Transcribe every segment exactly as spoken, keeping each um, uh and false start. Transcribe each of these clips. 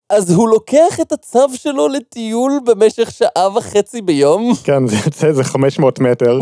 אז הוא לוקח את הצו שלו לטיול במשך שעה וחצי ביום? כן, זה יוצא איזה חמש מאות מטר.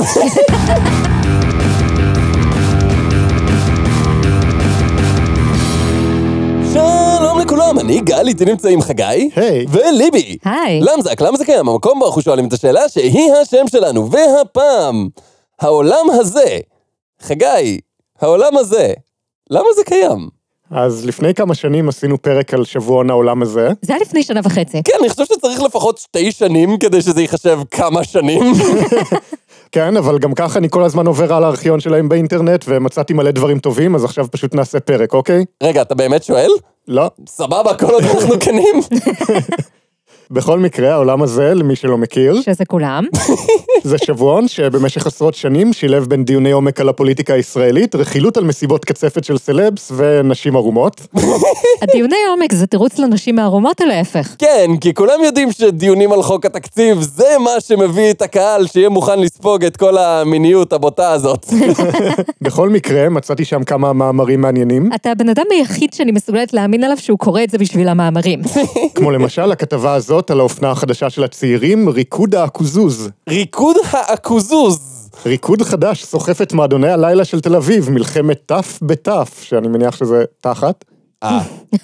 שלום לכולם, אני גל, איתי נמצא עם חגי. היי. וליבי. היי. למזק, למה זה קיים? המקום בו אנחנו שואלים את השאלה שהיא השם שלנו, והפעם, העולם הזה. חגי, העולם הזה, למה זה קיים? אז לפני כמה שנים עשינו פרק על שבועון העולם הזה. זה היה לפני שנה וחצי. כן, אני חושב שצריך לפחות שתי שנים כדי שזה ייחשב כמה שנים. כן, אבל גם ככה אני כל הזמן עובר על הארכיון שלהם באינטרנט, ומצאתי מלא דברים טובים, אז עכשיו פשוט נעשה פרק, אוקיי? רגע, אתה באמת שואל? לא. סבבה, כל עוד אנחנו כנים. בכל מקרה, העולם הזה, למי שלא מכיר, שזה כולם. זה שבועון שבמשך עשרות שנים שילב בין דיוני עומק על הפוליטיקה הישראלית, רכילות על מסיבות קצפת של סלבס ונשים ערומות. הדיוני עומק זה תירוץ לנשים מערומות או להפך? כן, כי כולם יודעים שדיונים על חוק התקציב זה מה שמביא את הקהל שיהיה מוכן לספוג את כל המיניות הבוטה הזאת. בכל מקרה, מצאתי שם כמה מאמרים מעניינים, אתה הבן אדם היחיד שאני מסוגלת להאמין עליו שהוא קורא את זה בשביל המאמרים. כמו למשל הכתבה הזאת על האופנה החדשה של הצעירים, ריקוד האקוזוז. ריקוד האקוזוז. ריקוד חדש סוחף את מועדוני הלילה של תל אביב, מלחמת תף בתף, שאני מניח שזה תחת. אה.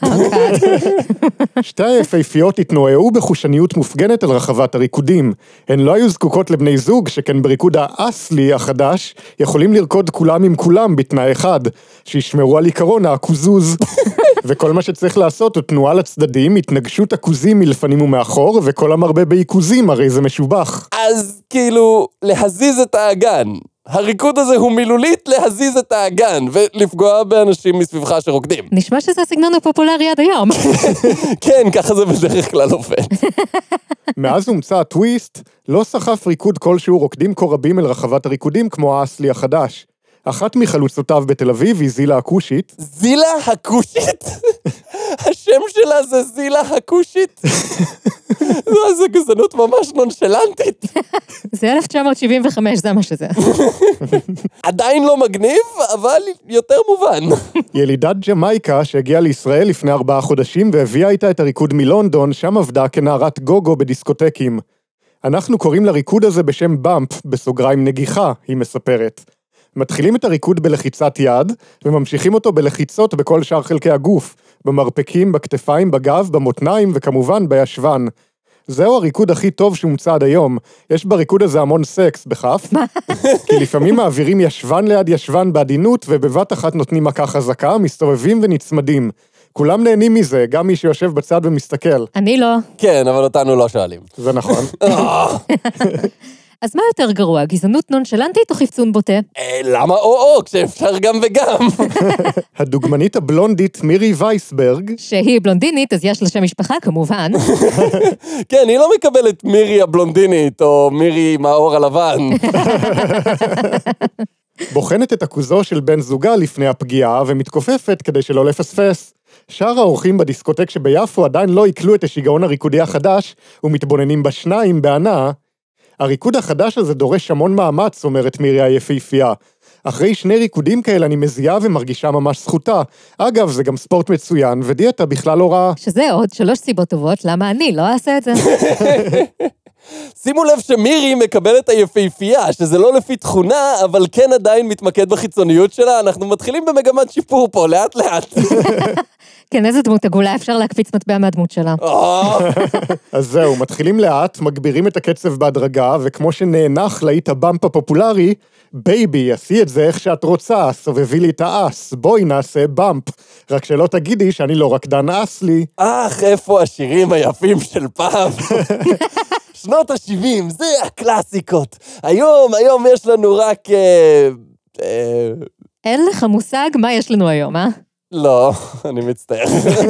שתי היפהפיות התנועעו בחושניות מופגנת על רחבת הריקודים. הן לא היו זקוקות לבני זוג, שכן בריקוד האסלי החדש, יכולים לרקוד כולם עם כולם בתנאי אחד, שישמרו על עיקרון האקוזוז. וכל מה שצריך לעשות הוא תנועה לצדדים, התנגשות עקוזים מלפנים ומאחור, וכל המרבה בעיקוזים, הרי זה משובח. אז כאילו, להזיז את האגן. הריקוד הזה הוא מילולית להזיז את האגן, ולפגוע באנשים מסביבך שרוקדים. נשמע שזה הסגנון הפופולרי עד היום. כן, ככה זה בדרך כלל עובד. מאז הומצא הטוויסט, לא סחף ריקוד כלשהו רוקדים כה רבים אל רחבת הריקודים כמו האסלי החדש. אחת מחלוצותיו בתל אביב היא זילה הקושית. זילה הקושית? השם שלה זה זילה הקושית? זו גזענות ממש נונשלנטית. זה אלף תשע מאות שבעים וחמש, זה מה שזה. עדיין לא מגניב, אבל יותר מובן. ילידת ג'מייקה שהגיעה לישראל לפני ארבעה חודשים והביאה איתה את הריקוד מלונדון, שם עבדה כנערת גוגו בדיסקוטקים. אנחנו קוראים לריקוד הזה בשם באמפ, בסוגריים נגיחה, היא מספרת. מתחילים את הריקוד בלחיצת יד, וממשיכים אותו בלחיצות בכל שאר חלקי הגוף, במרפקים, בכתפיים, בגב, במותניים וכמובן בישבן. זהו הריקוד הכי טוב שהומצא עד היום. יש בריקוד הזה המון סקס, בכף. כי לפעמים מעבירים ישבן ליד ישבן בעדינות, ובבת אחת נותנים מכה חזקה, מסתובבים ונצמדים. כולם נהנים מזה, גם מי שיושב בצד ומסתכל. אני לא. כן, אבל אותנו לא שואלים. זה נכון. אז מה יותר גרוע, גזענות נונשלנטית או חפצון בוטה? אה, למה או-או, כשאפשר גם וגם? הדוגמנית הבלונדית מירי וייסברג, שהיא בלונדינית, אז יש לה שם משפחה כמובן. כן, היא לא מקבלת מירי הבלונדינית, או מירי מהאור הלבן. בוחנת את עכוזו של בן זוגה לפני הפגיעה, ומתכופפת כדי שלא לפספס. שאר האורחים בדיסקוטק שביפו עדיין לא יקלו את השיגעון הריקודי החדש, ומתבוננים בשניים בהנאה. הריקוד החדש הזה דורש המון מאמץ, אומרת מירי היפהפייה. אחרי שני ריקודים כאלה אני מזיעה ומרגישה ממש זכותה. אגב, זה גם ספורט מצוין, ודיאטה בכלל לא רעה. שזה עוד שלוש סיבות טובות, למה אני לא אעשה את זה? שימו לב שמירי מקבלת היפהפייה, שזה לא לפי תכונה, אבל כן עדיין מתמקד בחיצוניות שלה. אנחנו מתחילים במגמת שיפור פה, לאט לאט. כן, איזה דמות עגולה, אפשר להקפיץ מטבע מהדמות שלה. אז זהו, מתחילים לאט, מגבירים את הקצב בהדרגה, וכמו שנאנח להיט הבאמפ הפופולרי, בייבי, עשי את זה איך שאת רוצה, סובבי לי את האס, בואי נעשה באמפ. רק שלא תגידי שאני לא רקדן אסלי. אך, איפה השירים היפים של פעם? שנות ה-שבעים, זה הקלאסיקות. היום, היום יש לנו רק... אה, אה... אין לך מושג מה יש לנו היום, אה? לא, אני מצטער.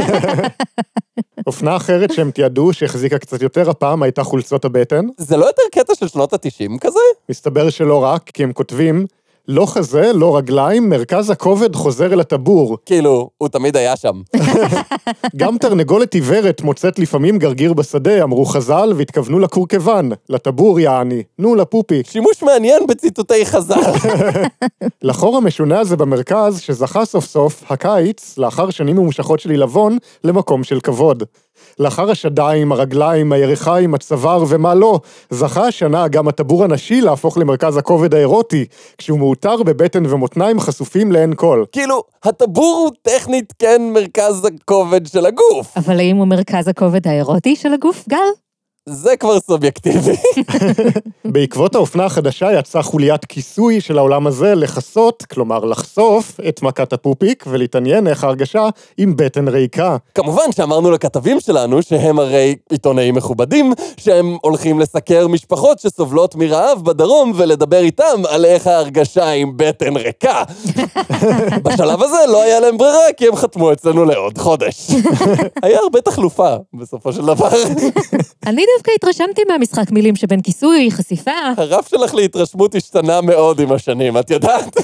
אופנה אחרת שהם תיעדו, שהחזיקה קצת יותר הפעם, הייתה חולצות הבטן. זה לא יותר קטע של שנות ה-תשעים כזה? מסתבר שלא רק, כי הם כותבים, לא חזה, לא רגליים, מרכז הכובד חוזר אל הטבור. כאילו, הוא תמיד היה שם. גם תרנגולת עיוורת מוצאת לפעמים גרגיר בשדה, אמרו חז"ל, והתכוונו לקורקבן, לטבור יעני, נו לפופי. שימוש מעניין בציטוטי חז"ל. לחור המשונה הזה במרכז, שזכה סוף סוף, הקיץ, לאחר שנים ממושכות של עילבון, למקום של כבוד. לאחר השדיים, הרגליים, הירכיים, הצוואר ומה לא, זכה השנה גם הטבור הנשי להפוך למרכז הכובד האירוטי, כשהוא מאותר בבטן ומותניים חשופים לעין כל. כאילו, הטבור הוא טכנית כן מרכז הכובד של הגוף. אבל האם הוא מרכז הכובד האירוטי של הגוף, גל? זה כבר סובייקטיבי. בעקבות האופנה החדשה יצאה חוליית כיסוי של העולם הזה לחסות, כלומר לחשוף, את מכת הפופיק ולהתעניין איך ההרגשה עם בטן ריקה. כמובן שאמרנו לכתבים שלנו, שהם הרי עיתונאים מכובדים, שהם הולכים לסקר משפחות שסובלות מרעב בדרום ולדבר איתם על איך ההרגשה עם בטן ריקה. בשלב הזה לא היה להם ברירה, כי הם חתמו אצלנו לעוד חודש. היה הרבה תחלופה בסופו של דבר. אני דווקא התרשמתי מהמשחק מילים שבין כיסוי, חשיפה. הרף שלך להתרשמות השתנה מאוד עם השנים, את יודעת?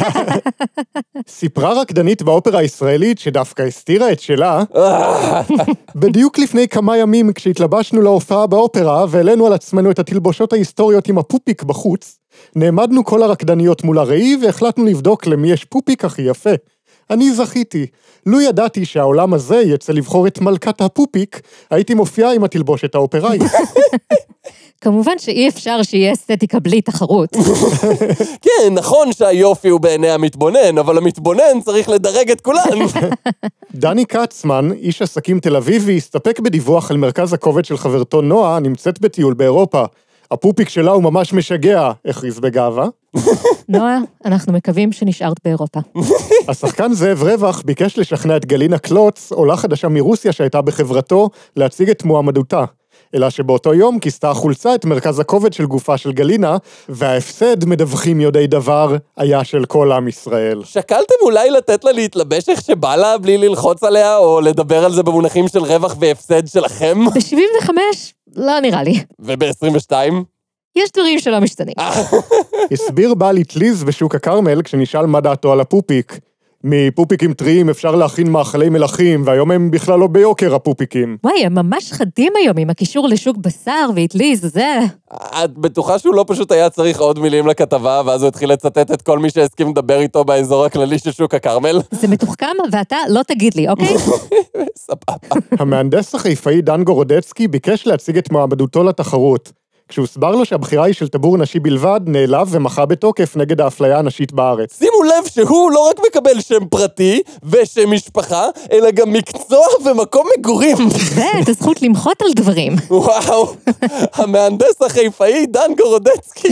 סיפרה רקדנית באופרה הישראלית שדווקא הסתירה את שלה, בדיוק לפני כמה ימים כשהתלבשנו להופעה באופרה והעלינו על עצמנו את התלבושות ההיסטוריות עם הפופיק בחוץ, נעמדנו כל הרקדניות מול הראי והחלטנו לבדוק למי יש פופיק הכי יפה. אני זכיתי. לו ידעתי שהעולם הזה יצא לבחור את מלכת הפופיק, הייתי מופיעה עם התלבושת האופראית. כמובן שאי אפשר שיהיה אסתטיקה בלי תחרות. כן, נכון שהיופי הוא בעיני המתבונן, אבל המתבונן צריך לדרג את כולן. דני קצמן, איש עסקים תל אביבי, הסתפק בדיווח על מרכז הכובד של חברתו נועה, נמצאת בטיול באירופה. הפופיק שלה הוא ממש משגע, הכריז בגאווה. נועה, אנחנו מקווים שנשארת באירופה. השחקן זאב רווח ביקש לשכנע את גלינה קלוץ, עולה חדשה מרוסיה שהייתה בחברתו, להציג את מועמדותה. אלא שבאותו יום כיסתה החולצה את מרכז הכובד של גופה של גלינה, וההפסד, מדווחים יודעי דבר, היה של כל עם ישראל. שקלתם אולי לתת לה להתלבש איך שבא לה בלי ללחוץ עליה, או לדבר על זה במונחים של רווח והפסד שלכם? ב-שבעים וחמש? לא נראה לי. וב-עשרים ושתיים? יש דברים שלא משתנים. הסביר בעל אטליז בשוק הכרמל כשנשאל מה דעתו על הפופיק. מפופיקים טריים אפשר להכין מאכלי מלכים, והיום הם בכלל לא ביוקר הפופיקים. וואי, הם ממש חדים היום עם הקישור לשוק בשר ואטליז, זה... את בטוחה שהוא לא פשוט היה צריך עוד מילים לכתבה, ואז הוא התחיל לצטט את כל מי שהסכים לדבר איתו באזור הכללי של שוק הכרמל? זה מתוחכם, ואתה לא תגיד לי, אוקיי? סבבה. המהנדס החיפאי דן גורודצקי ביקש להציג את מועמדותו לתחרות. כשהוסבר לו שהבחירה היא של טבור נשי בלבד, נעלב ומחה בתוקף נגד האפליה הנשית בארץ. שימו לב שהוא לא רק מקבל שם פרטי ושם משפחה, אלא גם מקצוע ומקום מגורים. ואת הזכות למחות על דברים. וואו, המהנדס החיפאי דן גורודצקי.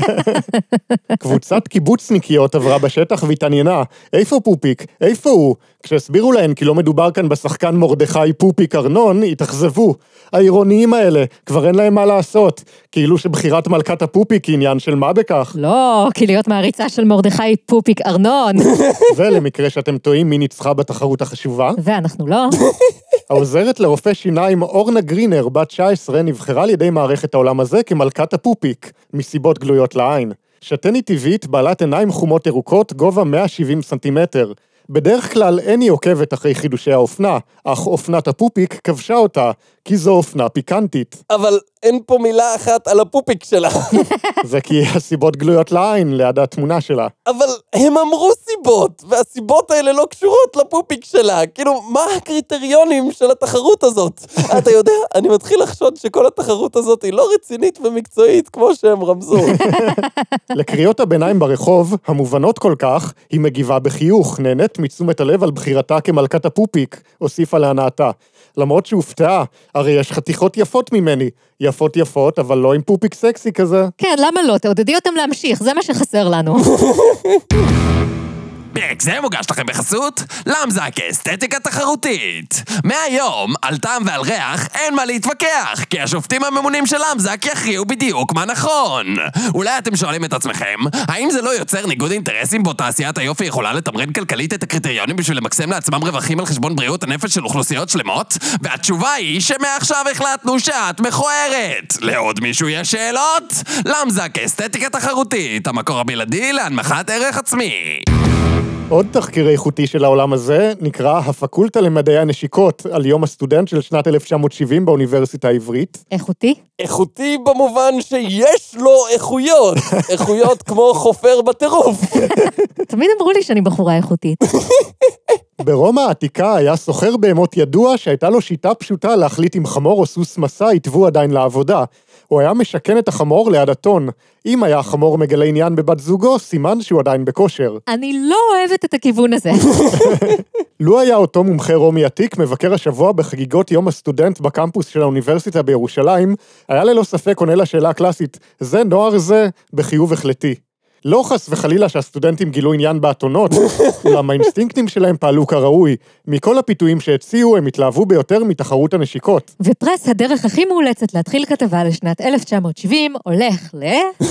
קבוצת קיבוצניקיות עברה בשטח והתעניינה, איפה פופיק? איפה הוא? כשהסבירו להן כי לא מדובר כאן בשחקן מרדכי פופיק ארנון, התאכזבו. העירוניים האלה, כבר אין להם מה לעשות. כאילו שבחירת מלכת הפופיק היא עניין של מה בכך. לא, כי להיות מעריצה של מרדכי פופיק ארנון. ולמקרה שאתם טועים מי ניצחה בתחרות החשובה. ואנחנו לא. העוזרת לרופא שיניים אורנה גרינר, בת תשע עשרה, נבחרה על ידי מערכת העולם הזה כמלכת הפופיק, מסיבות גלויות לעין. שתנית טבעית, בעלת עיניים חומות ירוקות, גובה מאה ושבעים סנטימטר. בדרך כלל אין היא עוקבת אחרי חידושי האופנה, אך אופנת הפופיק כבשה אותה, כי זו אופנה פיקנטית. אבל אין פה מילה אחת על הפופיק שלה. זה כי הסיבות גלויות לעין ליד התמונה שלה. אבל הם אמרו סיבות, והסיבות האלה לא קשורות לפופיק שלה. כאילו, מה הקריטריונים של התחרות הזאת? אתה יודע, אני מתחיל לחשוד שכל התחרות הזאת היא לא רצינית ומקצועית, כמו שהם רמזו. לקריאות הביניים ברחוב, המובנות כל כך, היא מגיבה בחיוך, נהנית מתשומת הלב על בחירתה כמלכת הפופיק, הוסיפה להנאתה. למרות שהופתעה, הרי יש חתיכות יפות ממני. יפות יפות, אבל לא עם פופיק סקסי כזה. כן, למה לא? תעודדי אותם להמשיך, זה מה שחסר לנו. פרק זה מוגש לכם בחסות למזק אסתטיקה תחרותית. מהיום, על טעם ועל ריח אין מה להתווכח, כי השופטים הממונים של למזק יכריעו בדיוק מה נכון. אולי אתם שואלים את עצמכם, האם זה לא יוצר ניגוד אינטרסים בו תעשיית היופי יכולה לתמרן כלכלית את הקריטריונים בשביל למקסם לעצמם רווחים על חשבון בריאות הנפש של אוכלוסיות שלמות? והתשובה היא שמעכשיו החלטנו שאת מכוערת. לעוד מישהו יש שאלות? למזק אסתטיקה תחרותית, המקור הבלעדי להנמכת ערך עצמי. עוד תחקיר איכותי של העולם הזה נקרא הפקולטה למדעי הנשיקות על יום הסטודנט של שנת אלף תשע מאות שבעים באוניברסיטה העברית. איכותי? איכותי במובן שיש לו איכויות. איכויות כמו חופר בטירוף. תמיד אמרו לי שאני בחורה איכותית. ברומא העתיקה היה סוחר בהמות ידוע שהייתה לו שיטה פשוטה להחליט אם חמור או סוס מסע יתבו עדיין לעבודה. הוא היה משכן את החמור ליד הטון. אם היה החמור מגלה עניין בבת זוגו, סימן שהוא עדיין בכושר. אני לא אוהבת את הכיוון הזה. לו היה אותו מומחה רומי עתיק מבקר השבוע בחגיגות יום הסטודנט בקמפוס של האוניברסיטה בירושלים, היה ללא ספק עונה לשאלה הקלאסית, זה נוער זה בחיוב החלטי. לא חס וחלילה שהסטודנטים גילו עניין באתונות, אולם האינסטינקטים שלהם פעלו כראוי. מכל הפיתויים שהציעו, הם התלהבו ביותר מתחרות הנשיקות. ופרס הדרך הכי מאולצת להתחיל כתבה לשנת אלף תשע מאות שבעים הולך ל...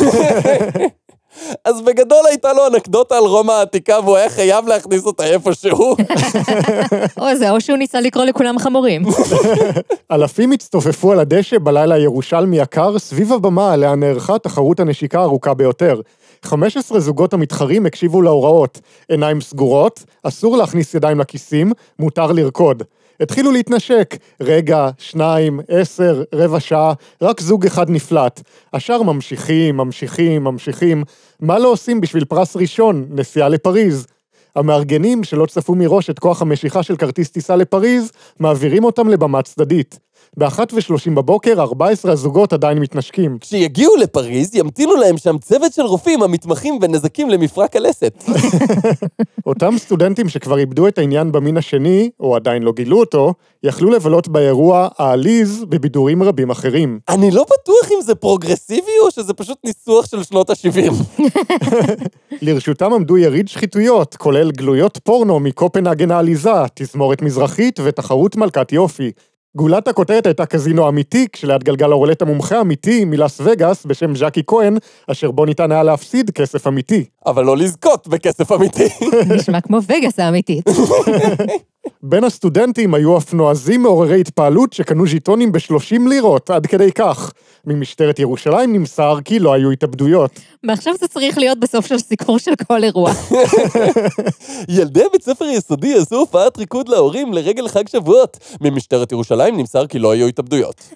אז בגדול הייתה לו אנקדוטה על רומא העתיקה, והוא היה חייב להכניס אותה איפשהו. או זה, או שהוא ניסה לקרוא לכולם חמורים. אלפים הצטופפו על הדשא בלילה הירושלמי יקר, סביב הבמה עליה נערכה תחרות הנשיקה הארוכה ביותר. חמישה עשר זוגות המתחרים הקשיבו להוראות. עיניים סגורות, אסור להכניס ידיים לכיסים, מותר לרקוד. התחילו להתנשק, רגע, שניים, עשר, רבע שעה, רק זוג אחד נפלט. השאר ממשיכים, ממשיכים, ממשיכים. מה לא עושים בשביל פרס ראשון, נסיעה לפריז? המארגנים שלא צפו מראש את כוח המשיכה של כרטיס טיסה לפריז, מעבירים אותם לבמה צדדית. באחת ושלושים בבוקר, ארבעה עשר הזוגות עדיין מתנשקים. כשיגיעו לפריז, ימתינו להם שם צוות של רופאים המתמחים בנזקים למפרק הלסת. אותם סטודנטים שכבר איבדו את העניין במין השני, או עדיין לא גילו אותו, יכלו לבלות באירוע העליז בבידורים רבים אחרים. אני לא בטוח אם זה פרוגרסיבי או שזה פשוט ניסוח של שנות ה-שבעים. לרשותם עמדו יריד שחיתויות, כולל גלויות פורנו מקופנהגן העליזה, תזמורת מזרחית ותחרות מלכת יופי. גולת הכותרת הייתה קזינו אמיתי, כשליד גלגל הרולט המומחה אמיתי מלאס וגאס בשם ז'קי כהן, אשר בו ניתן היה להפסיד כסף אמיתי. אבל לא לזכות בכסף אמיתי. נשמע כמו וגאס האמיתית. בין הסטודנטים היו אף נועזים מעוררי התפעלות שקנו ז'יטונים ב-שלושים לירות, עד כדי כך. ממשטרת ירושלים נמסר כי לא היו התאבדויות. ועכשיו זה צריך להיות בסוף של סיקור של כל אירוע. ילדי בית ספר יסודי עשו הופעת ריקוד להורים לרגל חג שבועות. ממשטרת ירושלים נמסר כי לא היו התאבדויות.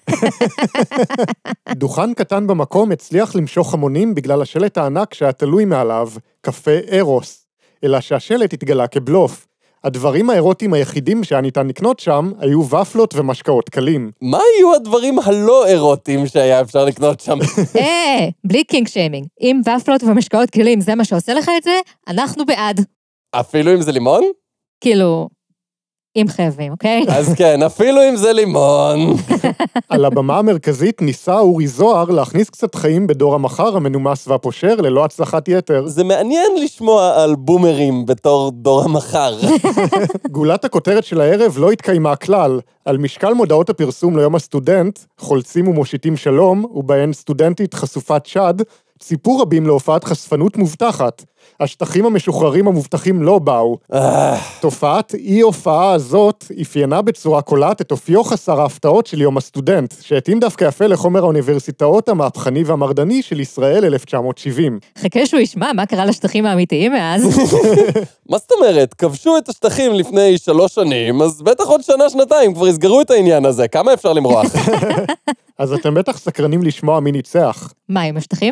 דוכן קטן במקום הצליח למשוך המונים בגלל השלט הענק שהיה תלוי מעליו, קפה אירוס. אלא שהשלט התגלה כבלוף. הדברים האירוטיים היחידים שהיה ניתן לקנות שם, היו ופלות ומשקאות קלים. מה היו הדברים הלא אירוטיים שהיה אפשר לקנות שם? אה, בלי קינג שיימינג. אם ופלות ומשקאות קלים זה מה שעושה לך את זה, אנחנו בעד. אפילו אם זה לימון? כאילו, אם חייבים, אוקיי? אז כן, אפילו אם זה לימון. על הבמה המרכזית ניסה אורי זוהר להכניס קצת חיים בדור המחר המנומס והפושר ללא הצלחת יתר. זה מעניין לשמוע על בומרים בתור דור המחר. גולת הכותרת של הערב לא התקיימה כלל. על משקל מודעות הפרסום ליום הסטודנט, חולצים ומושיטים שלום, ובהן סטודנטית חשופת שד, ציפו רבים להופעת חשפנות מובטחת. השטחים המשוחררים המובטחים לא באו. תופעת אי-הופעה הזאת אפיינה בצורה קולעת את אופיו חסר ההפתעות של יום הסטודנט, שהתאים דווקא יפה לחומר האוניברסיטאות המהפכני והמרדני של ישראל אלף תשע מאות שבעים. חכה שהוא ישמע מה קרה לשטחים האמיתיים מאז. מה זאת אומרת? כבשו את השטחים לפני שלוש שנים, אז בטח עוד שנה, שנתיים כבר יסגרו את העניין הזה. כמה אפשר למרוח? אז אתם בטח סקרנים לשמוע מי ניצח. מה, עם השטחים?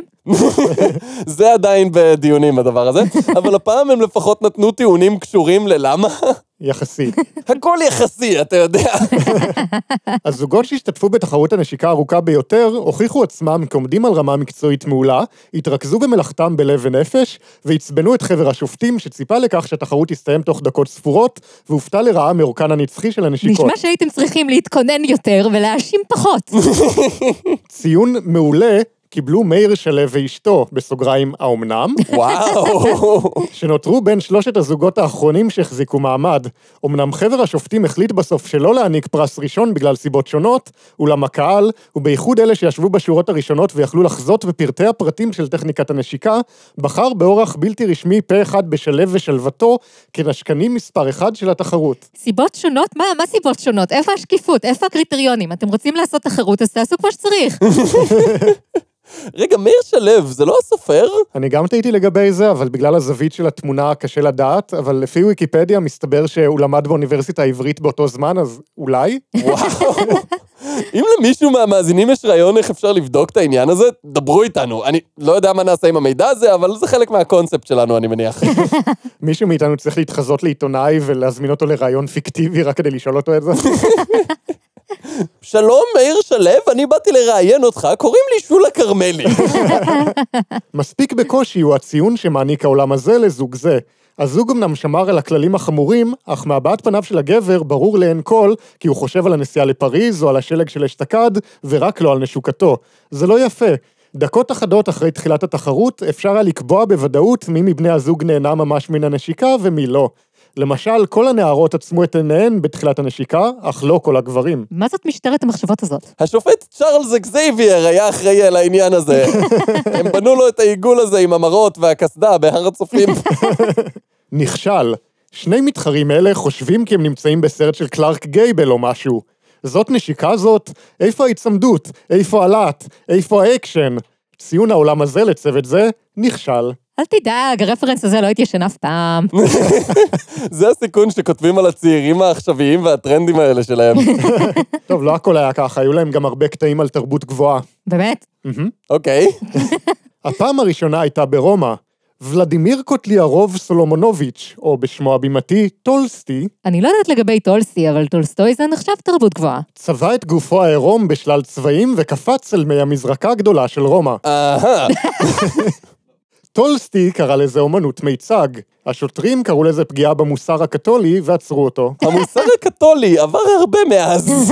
זה עדיין בדיונים הדבר הזה, אבל הפעם הם לפחות נתנו טיעונים קשורים ללמה. יחסי. הכל יחסי, אתה יודע. הזוגות שהשתתפו בתחרות הנשיקה הארוכה ביותר, הוכיחו עצמם כעומדים על רמה מקצועית מעולה, התרכזו במלאכתם בלב ונפש, והצבנו את חבר השופטים שציפה לכך שהתחרות תסתיים תוך דקות ספורות, והופתע לרעה מאורכן הנצחי של הנשיקות. נשמע שהייתם צריכים להתכונן יותר ולהאשים פחות. ציון מעולה, קיבלו מאיר שלו ואשתו, בסוגריים האומנם, וואו. שנותרו בין שלושת הזוגות האחרונים שהחזיקו מעמד. אמנם חבר השופטים החליט בסוף שלא להעניק פרס ראשון בגלל סיבות שונות, אולם הקהל, ובייחוד אלה שישבו בשורות הראשונות ויכלו לחזות בפרטי הפרטים של טכניקת הנשיקה, בחר באורח בלתי רשמי פה אחד בשלו ושלוותו, כנשקנים מספר אחד של התחרות. סיבות שונות? מה? מה סיבות שונות? איפה השקיפות? איפה הקריטריונים? אתם רוצים לעשות תחרות, אז תעשו כמו שצריך. רגע, מאיר שלו, זה לא הסופר? אני גם טעיתי לגבי זה, אבל בגלל הזווית של התמונה קשה לדעת, אבל לפי ויקיפדיה מסתבר שהוא למד באוניברסיטה העברית באותו זמן, אז אולי? וואו. אם למישהו מהמאזינים יש רעיון איך אפשר לבדוק את העניין הזה, דברו איתנו. אני לא יודע מה נעשה עם המידע הזה, אבל זה חלק מהקונספט שלנו, אני מניח. מישהו מאיתנו צריך להתחזות לעיתונאי ולהזמין אותו לרעיון פיקטיבי רק כדי לשאול אותו את זה? שלום, מאיר שלו, אני באתי לראיין אותך, קוראים לי שולה קרמלי. מספיק בקושי הוא הציון שמעניק העולם הזה לזוג זה. הזוג אמנם שמר על הכללים החמורים, אך מהבעת פניו של הגבר ברור לאין כל, כי הוא חושב על הנסיעה לפריז או על השלג של אשתקד, ורק לא על נשוקתו. זה לא יפה. דקות אחדות אחרי תחילת התחרות, אפשר היה לקבוע בוודאות מי מבני הזוג נהנה ממש מן הנשיקה ומי לא. למשל, כל הנערות עצמו את עיניהן בתחילת הנשיקה, אך לא כל הגברים. מה זאת משטרת המחשבות הזאת? השופט צ'ארלס אקזייבייר היה אחראי על העניין הזה. הם בנו לו את העיגול הזה עם המרות והקסדה בהר הצופים. נכשל. שני מתחרים אלה חושבים כי הם נמצאים בסרט של קלארק גייבל או משהו. זאת נשיקה זאת? איפה ההצמדות? איפה הלהט? איפה האקשן? ציון העולם הזה לצוות זה נכשל. אל תדאג, הרפרנס הזה לא התיישן אף פעם. זה הסיכון שכותבים על הצעירים העכשוויים והטרנדים האלה שלהם. טוב, לא הכל היה ככה, היו להם גם הרבה קטעים על תרבות גבוהה. באמת? אוקיי. הפעם הראשונה הייתה ברומא. ולדימיר קוטליארוב סולומונוביץ', או בשמו הבימתי, טולסטי, אני לא יודעת לגבי טולסטי, אבל טולסטוי זה נחשב תרבות גבוהה. צבע את גופו העירום בשלל צבעים וקפץ אל מי המזרקה הגדולה של רומא. אהה. טולסטי קרא לזה אומנות מיצג. השוטרים קראו לזה פגיעה במוסר הקתולי ועצרו אותו. המוסר הקתולי עבר הרבה מאז.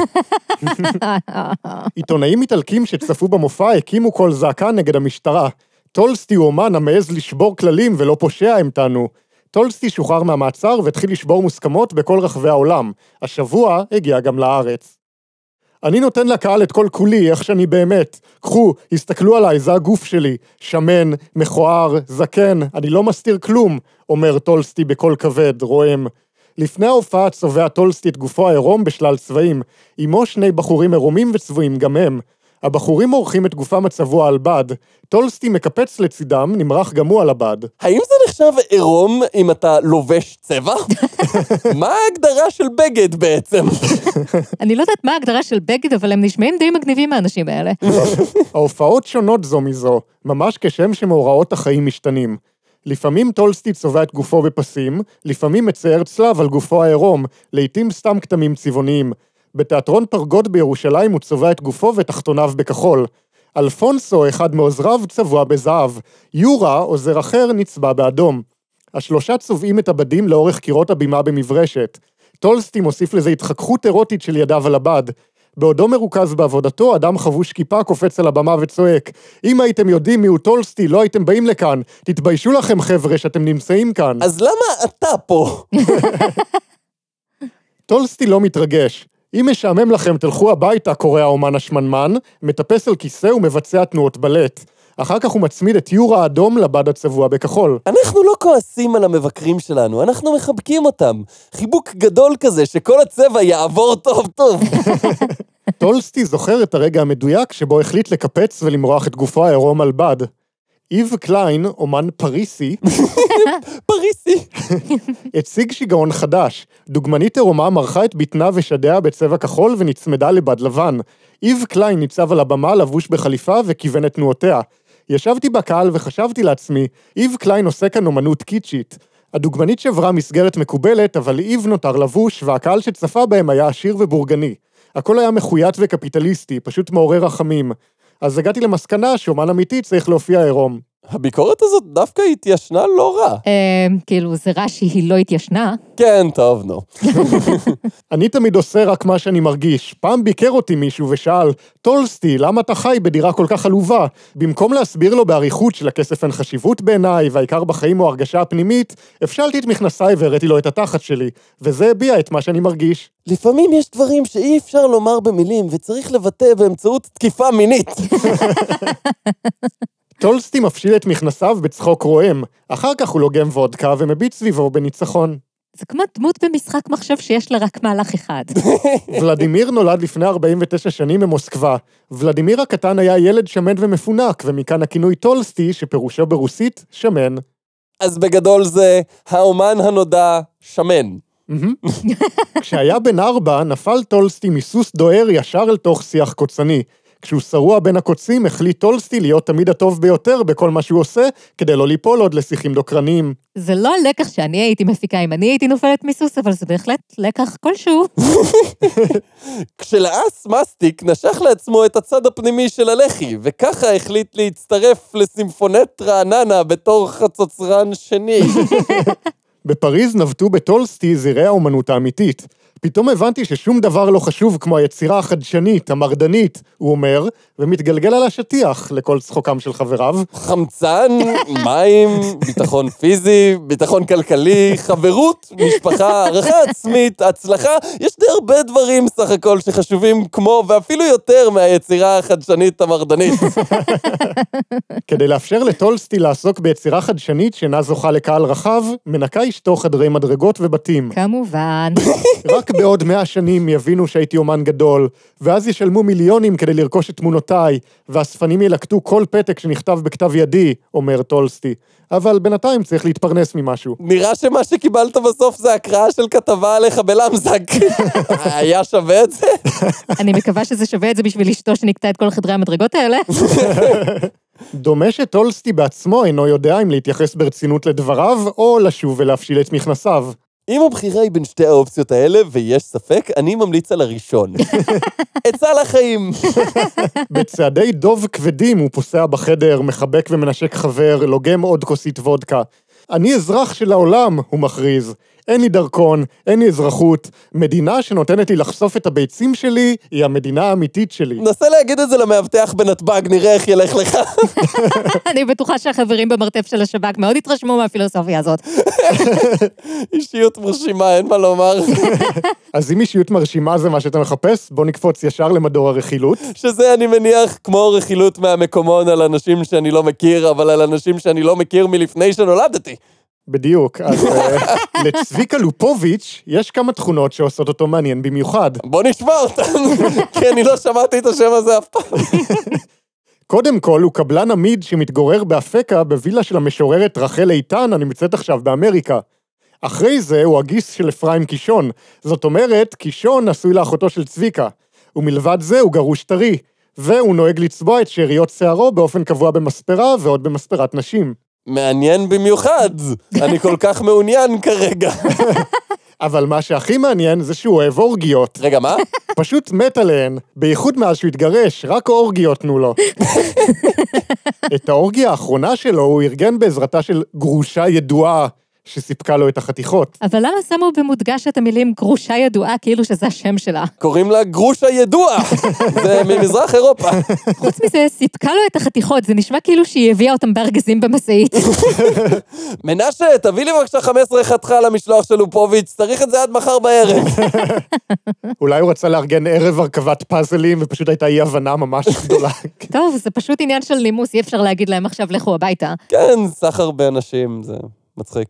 עיתונאים איטלקים שצפו במופע הקימו קול זעקה נגד המשטרה. טולסטי הוא אומן המעז לשבור כללים ולא פושע המתנו. טולסטי שוחרר מהמעצר והתחיל לשבור מוסכמות בכל רחבי העולם. השבוע הגיע גם לארץ. אני נותן לקהל את כל כולי, איך שאני באמת. קחו, הסתכלו עליי, זה הגוף שלי. שמן, מכוער, זקן, אני לא מסתיר כלום, אומר טולסטי בקול כבד, רועם. לפני ההופעה צובע טולסטי את גופו העירום בשלל צבעים. עמו שני בחורים עירומים וצבועים גם הם. הבחורים עורכים את גופם הצבוע על בד. טולסטי מקפץ לצידם, נמרח גם הוא על הבד. האם זה נחשב עירום אם אתה לובש צבע? מה ההגדרה של בגד בעצם? אני לא יודעת מה ההגדרה של בגד, אבל הם נשמעים די מגניבים מהאנשים האלה. ההופעות שונות זו מזו, ממש כשם שמאורעות החיים משתנים. לפעמים טולסטי צובע את גופו בפסים, לפעמים מצייר צלב על גופו העירום, לעתים סתם כתמים צבעוניים. בתיאטרון פרגוד בירושלים הוא צובע את גופו ותחתוניו בכחול. אלפונסו, אחד מעוזריו, צבוע בזהב. יורה, עוזר אחר, נצבע באדום. השלושה צובעים את הבדים לאורך קירות הבימה במברשת. טולסטי מוסיף לזה התחככות אירוטית של ידיו על הבד. בעודו מרוכז בעבודתו, אדם חבוש כיפה קופץ על הבמה וצועק. אם הייתם יודעים מיהו טולסטי, לא הייתם באים לכאן. תתביישו לכם חבר'ה שאתם נמצאים כאן. אז למה אתה פה? טולסטי לא מתרגש. אם משעמם לכם, תלכו הביתה, קורא האומן השמנמן, מטפס על כיסא ומבצע תנועות בלט. אחר כך הוא מצמיד את יורה האדום לבד הצבוע בכחול. אנחנו לא כועסים על המבקרים שלנו, אנחנו מחבקים אותם. חיבוק גדול כזה שכל הצבע יעבור טוב טוב. טולסטי זוכר את הרגע המדויק שבו החליט לקפץ ולמרוח את גופו העירום על בד. איב קליין, אומן פריסי, פריסי. הציג שיגעון חדש. דוגמנית עירומה מרחה את בטנה ושדיה בצבע כחול ונצמדה לבד לבן. איב קליין ניצב על הבמה לבוש בחליפה וכיוון את תנועותיה. ישבתי בקהל וחשבתי לעצמי, איב קליין עושה כאן אומנות קיצ'ית. הדוגמנית שברה מסגרת מקובלת, אבל איב נותר לבוש והקהל שצפה בהם היה עשיר ובורגני. הכל היה מחויית וקפיטליסטי, פשוט מעורר רחמים. אז הגעתי למסקנה שאומן אמיתי צריך להופיע עירום. הביקורת הזאת דווקא התיישנה לא רע. כאילו, זה רע שהיא לא התיישנה. כן, טוב, נו. אני תמיד עושה רק מה שאני מרגיש. פעם ביקר אותי מישהו ושאל, טולסטי, למה אתה חי בדירה כל כך עלובה? במקום להסביר לו בעריכות שלכסף אין חשיבות בעיניי, והעיקר בחיים הוא הרגשה הפנימית, הפשלתי את מכנסיי והראיתי לו את התחת שלי, וזה הביע את מה שאני מרגיש. לפעמים יש דברים שאי אפשר לומר במילים, וצריך לבטא באמצעות תקיפה מינית. טולסטי מפשיל את מכנסיו בצחוק רועם, אחר כך הוא לוגם וודקה ומביט סביבו בניצחון. זה כמו דמות במשחק מחשב שיש לה רק מהלך אחד. ולדימיר נולד לפני ארבעים ותשע שנים במוסקבה. ולדימיר הקטן היה ילד שמן ומפונק, ומכאן הכינוי טולסטי, שפירושו ברוסית, שמן. אז בגדול זה האומן הנודע שמן. כשהיה בן ארבע, נפל טולסטי מסוס דוהר ישר אל תוך שיח קוצני. כשהוא שרוע בין הקוצים, החליט טולסטי להיות תמיד הטוב ביותר בכל מה שהוא עושה, כדי לא ליפול עוד לשיחים דוקרניים. זה לא לקח שאני הייתי מפיקה אם אני הייתי נופלת מסוס, אבל זה בהחלט לקח כלשהו. כשלאס מסטיק נשך לעצמו את הצד הפנימי של הלחי, וככה החליט להצטרף לסימפונט רעננה בתור חצוצרן שני. בפריז נבטו בטולסטי זירי האומנות האמיתית. פתאום הבנתי ששום דבר לא חשוב כמו היצירה החדשנית, המרדנית, הוא אומר, ומתגלגל על השטיח לכל צחוקם של חבריו. חמצן, מים, ביטחון פיזי, ביטחון כלכלי, חברות, משפחה, הערכה עצמית, הצלחה, יש די הרבה דברים סך הכל שחשובים כמו, ואפילו יותר מהיצירה החדשנית המרדנית. כדי לאפשר לטולסטי לעסוק ביצירה חדשנית שאינה זוכה לקהל רחב, מנקה אשתו חדרי מדרגות ובתים. כמובן. רק בעוד מאה שנים יבינו שהייתי אומן גדול, ואז ישלמו מיליונים כדי לרכוש את תמונותיי, והספנים ילקטו כל פתק שנכתב בכתב ידי, אומר טולסטי. אבל בינתיים צריך להתפרנס ממשהו. נראה שמה שקיבלת בסוף זה הקראה של כתבה עליך בלמזק. היה שווה את זה? אני מקווה שזה שווה את זה בשביל אשתו שנקטה את כל חדרי המדרגות האלה. דומה שטולסטי בעצמו אינו יודע אם להתייחס ברצינות לדבריו, או לשוב ולהפשיל את מכנסיו. אם הבחירה היא בין שתי האופציות האלה, ויש ספק, אני ממליץ על הראשון. עצה לחיים. בצעדי דוב כבדים הוא פוסע בחדר, מחבק ומנשק חבר, לוגם עוד כוסית וודקה. אני אזרח של העולם, הוא מכריז. אין לי דרכון, אין לי אזרחות. מדינה שנותנת לי לחשוף את הביצים שלי, היא המדינה האמיתית שלי. נסה להגיד את זה למאבטח בנתב"ג, נראה איך ילך לך. אני בטוחה שהחברים במרתף של השב"כ מאוד התרשמו מהפילוסופיה הזאת. אישיות מרשימה, אין מה לומר. אז אם אישיות מרשימה זה מה שאתה מחפש, בוא נקפוץ ישר למדור הרכילות. שזה אני מניח כמו רכילות מהמקומון על אנשים שאני לא מכיר, אבל על אנשים שאני לא מכיר מלפני שנולדתי. בדיוק, אז לצביקה לופוביץ' יש כמה תכונות שעושות אותו מעניין במיוחד. בוא נשמע אותם, כי אני לא שמעתי את השם הזה אף פעם. קודם כל, הוא קבלן עמיד שמתגורר באפקה בווילה של המשוררת רחל איתן, הנמצאת עכשיו באמריקה. אחרי זה הוא הגיס של אפרים קישון, זאת אומרת, קישון נשוי לאחותו של צביקה, ומלבד זה הוא גרוש טרי, והוא נוהג לצבוע את שאריות שערו באופן קבוע במספרה ועוד במספרת נשים. מעניין במיוחד, אני כל כך מעוניין כרגע. אבל מה שהכי מעניין זה שהוא אוהב אורגיות. רגע, מה? פשוט מת עליהן, בייחוד מאז שהוא התגרש, רק אורגיות תנו לו. את האורגיה האחרונה שלו הוא ארגן בעזרתה של גרושה ידועה, שסיפקה לו את החתיכות. אבל למה שמו במודגש את המילים גרושה ידועה, כאילו שזה השם שלה? קוראים לה גרושה ידועה, זה ממזרח אירופה. חוץ מזה, סיפקה לו את החתיכות, זה נשמע כאילו שהיא הביאה אותם בארגזים במסעית. מנשה, תביא לי בבקשה חמש עשרה חתיכה למשלוח של לופוביץ', צריך את זה עד מחר בערב. אולי הוא רצה לארגן ערב הרכבת פאזלים, ופשוט הייתה אי הבנה ממש גדולה. טוב, זה פשוט עניין של נימוס, אי אפשר להגיד להם עכשיו לכו הביתה. כן, סחר באנשים, זה מצחיק.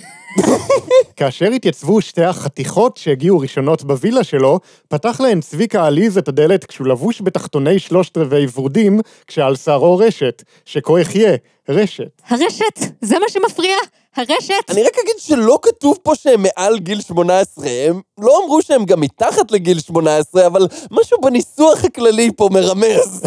כאשר התייצבו שתי החתיכות שהגיעו ראשונות בווילה שלו, פתח להן צביקה עליז את הדלת כשהוא לבוש בתחתוני שלושת רבעי ורודים, כשעל שערו רשת, שכה יחיה, רשת. הרשת, זה מה שמפריע, הרשת. אני רק אגיד שלא כתוב פה שהם מעל גיל שמונה עשרה, הם לא אמרו שהם גם מתחת לגיל שמונה עשרה, אבל משהו בניסוח הכללי פה מרמז.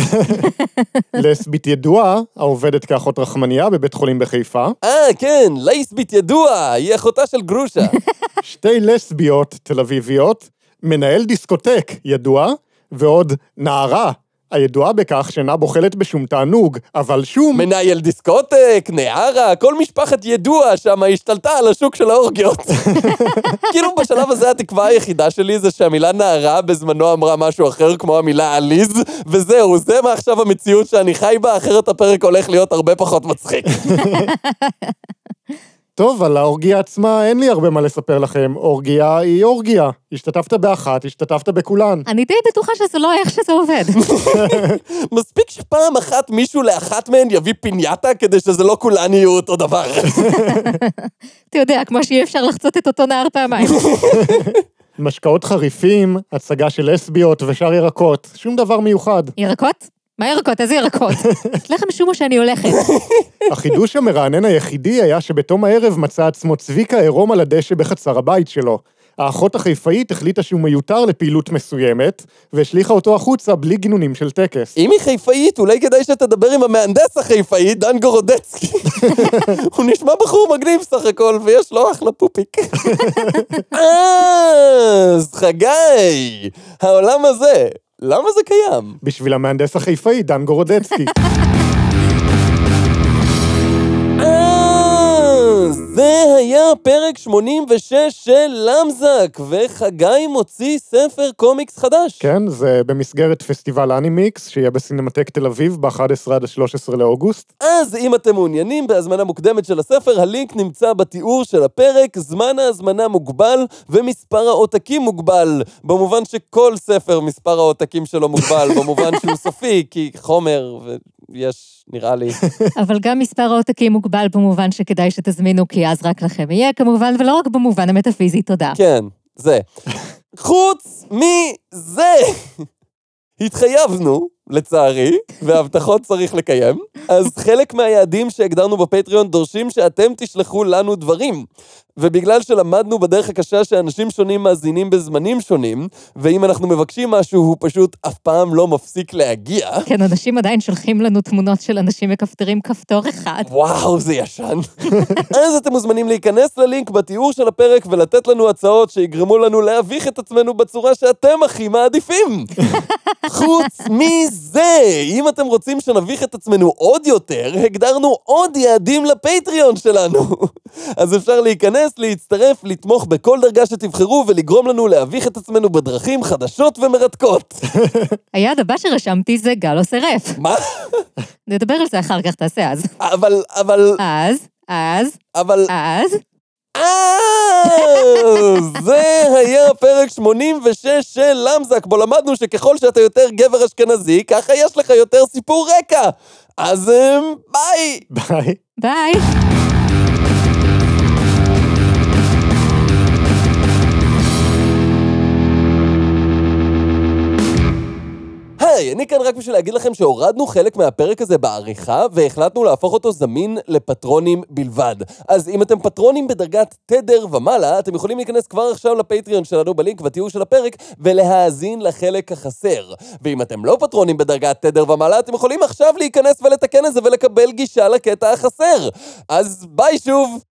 לסבית ידועה, העובדת כאחות רחמניה בבית חולים בחיפה. אה, כן, לסבית ידועה, היא אחותה של גרושה. שתי לסביות תל אביביות, מנהל דיסקוטק ידוע, ועוד נערה, הידועה בכך שאינה בוחלת בשום תענוג, אבל שום... מנהל דיסקוטק, נערה, כל משפחת ידוע שם השתלטה על השוק של האורגיות. כאילו בשלב הזה התקווה היחידה שלי זה שהמילה נערה בזמנו אמרה משהו אחר כמו המילה עליז, וזהו, זה מה עכשיו המציאות שאני חי בה, אחרת הפרק הולך להיות הרבה פחות מצחיק. טוב, על האורגיה עצמה אין לי הרבה מה לספר לכם. אורגיה היא אורגיה. השתתפת באחת, השתתפת בכולן. אני די בטוחה שזה לא איך שזה עובד. מספיק שפעם אחת מישהו לאחת מהן יביא פינייטה כדי שזה לא כולן יהיו אותו דבר. אתה יודע, כמו שאי אפשר לחצות את אותו נער פעמיים. משקאות חריפים, הצגה של לסביות ושאר ירקות. שום דבר מיוחד. ירקות? מה ירקות? איזה ירקות? לכם שומו שאני הולכת. החידוש המרענן היחידי היה שבתום הערב מצא עצמו צביקה עירום על הדשא בחצר הבית שלו. האחות החיפאית החליטה שהוא מיותר לפעילות מסוימת, והשליחה אותו החוצה בלי גינונים של טקס. אם היא חיפאית, אולי כדאי שתדבר עם המהנדס החיפאי, דן גורודצקי. הוא נשמע בחור מגניב סך הכל, ויש לו אחלה פופיק. אז חגי, העולם הזה, למה זה קיים? בשביל המהנדס החיפאי, דן גורודצקי. זה היה פרק שמונים ושש של למזק, וחגי מוציא ספר קומיקס חדש. כן, זה במסגרת פסטיבל אנימיקס, שיהיה בסינמטק תל אביב ב-אחד עשר עד ה-שלושה עשר לאוגוסט. אז אם אתם מעוניינים בהזמנה מוקדמת של הספר, הלינק נמצא בתיאור של הפרק, זמן ההזמנה מוגבל, ומספר העותקים מוגבל, במובן שכל ספר מספר העותקים שלו מוגבל, במובן שהוא סופי, כי חומר ויש, נראה לי. אבל גם מספר העותקים מוגבל במובן שכדאי שתזמינו, כי אז רק לכם יהיה כמובן, ולא רק במובן המטאפיזי, תודה. כן, זה. חוץ מזה, התחייבנו, לצערי, והבטחות צריך לקיים, אז חלק מהיעדים שהגדרנו בפטריון דורשים שאתם תשלחו לנו דברים. ובגלל שלמדנו בדרך הקשה שאנשים שונים מאזינים בזמנים שונים, ואם אנחנו מבקשים משהו, הוא פשוט אף פעם לא מפסיק להגיע. כן, אנשים עדיין שולחים לנו תמונות של אנשים מכפתרים כפתור אחד. וואו, זה ישן. אז אתם מוזמנים להיכנס ללינק בתיאור של הפרק ולתת לנו הצעות שיגרמו לנו להביך את עצמנו בצורה שאתם הכי מעדיפים. חוץ מזה, אם אתם רוצים שנביך את עצמנו עוד יותר, הגדרנו עוד יעדים לפטריון שלנו. אז אפשר להיכנס, להצטרף, לתמוך בכל דרגה שתבחרו ולגרום לנו להביך את עצמנו בדרכים חדשות ומרתקות. היעד הבא שרשמתי זה גל עושה רף. מה? נדבר על זה אחר כך, תעשה אז. אבל, אבל... אז, אז, אבל... אז... אה, זה היה פרק שמונים ושש של למזק, בו למדנו שככל שאתה יותר גבר אשכנזי, ככה יש לך יותר סיפור רקע. אז ביי. ביי. ביי. היי, אני כאן רק בשביל להגיד לכם שהורדנו חלק מהפרק הזה בעריכה, והחלטנו להפוך אותו זמין לפטרונים בלבד. אז אם אתם פטרונים בדרגת תדר ומעלה, אתם יכולים להיכנס כבר עכשיו לפטריון שלנו בלינק בתיאור של הפרק, ולהאזין לחלק החסר. ואם אתם לא פטרונים בדרגת תדר ומעלה, אתם יכולים עכשיו להיכנס ולתקן את זה ולקבל גישה לקטע החסר. אז ביי שוב!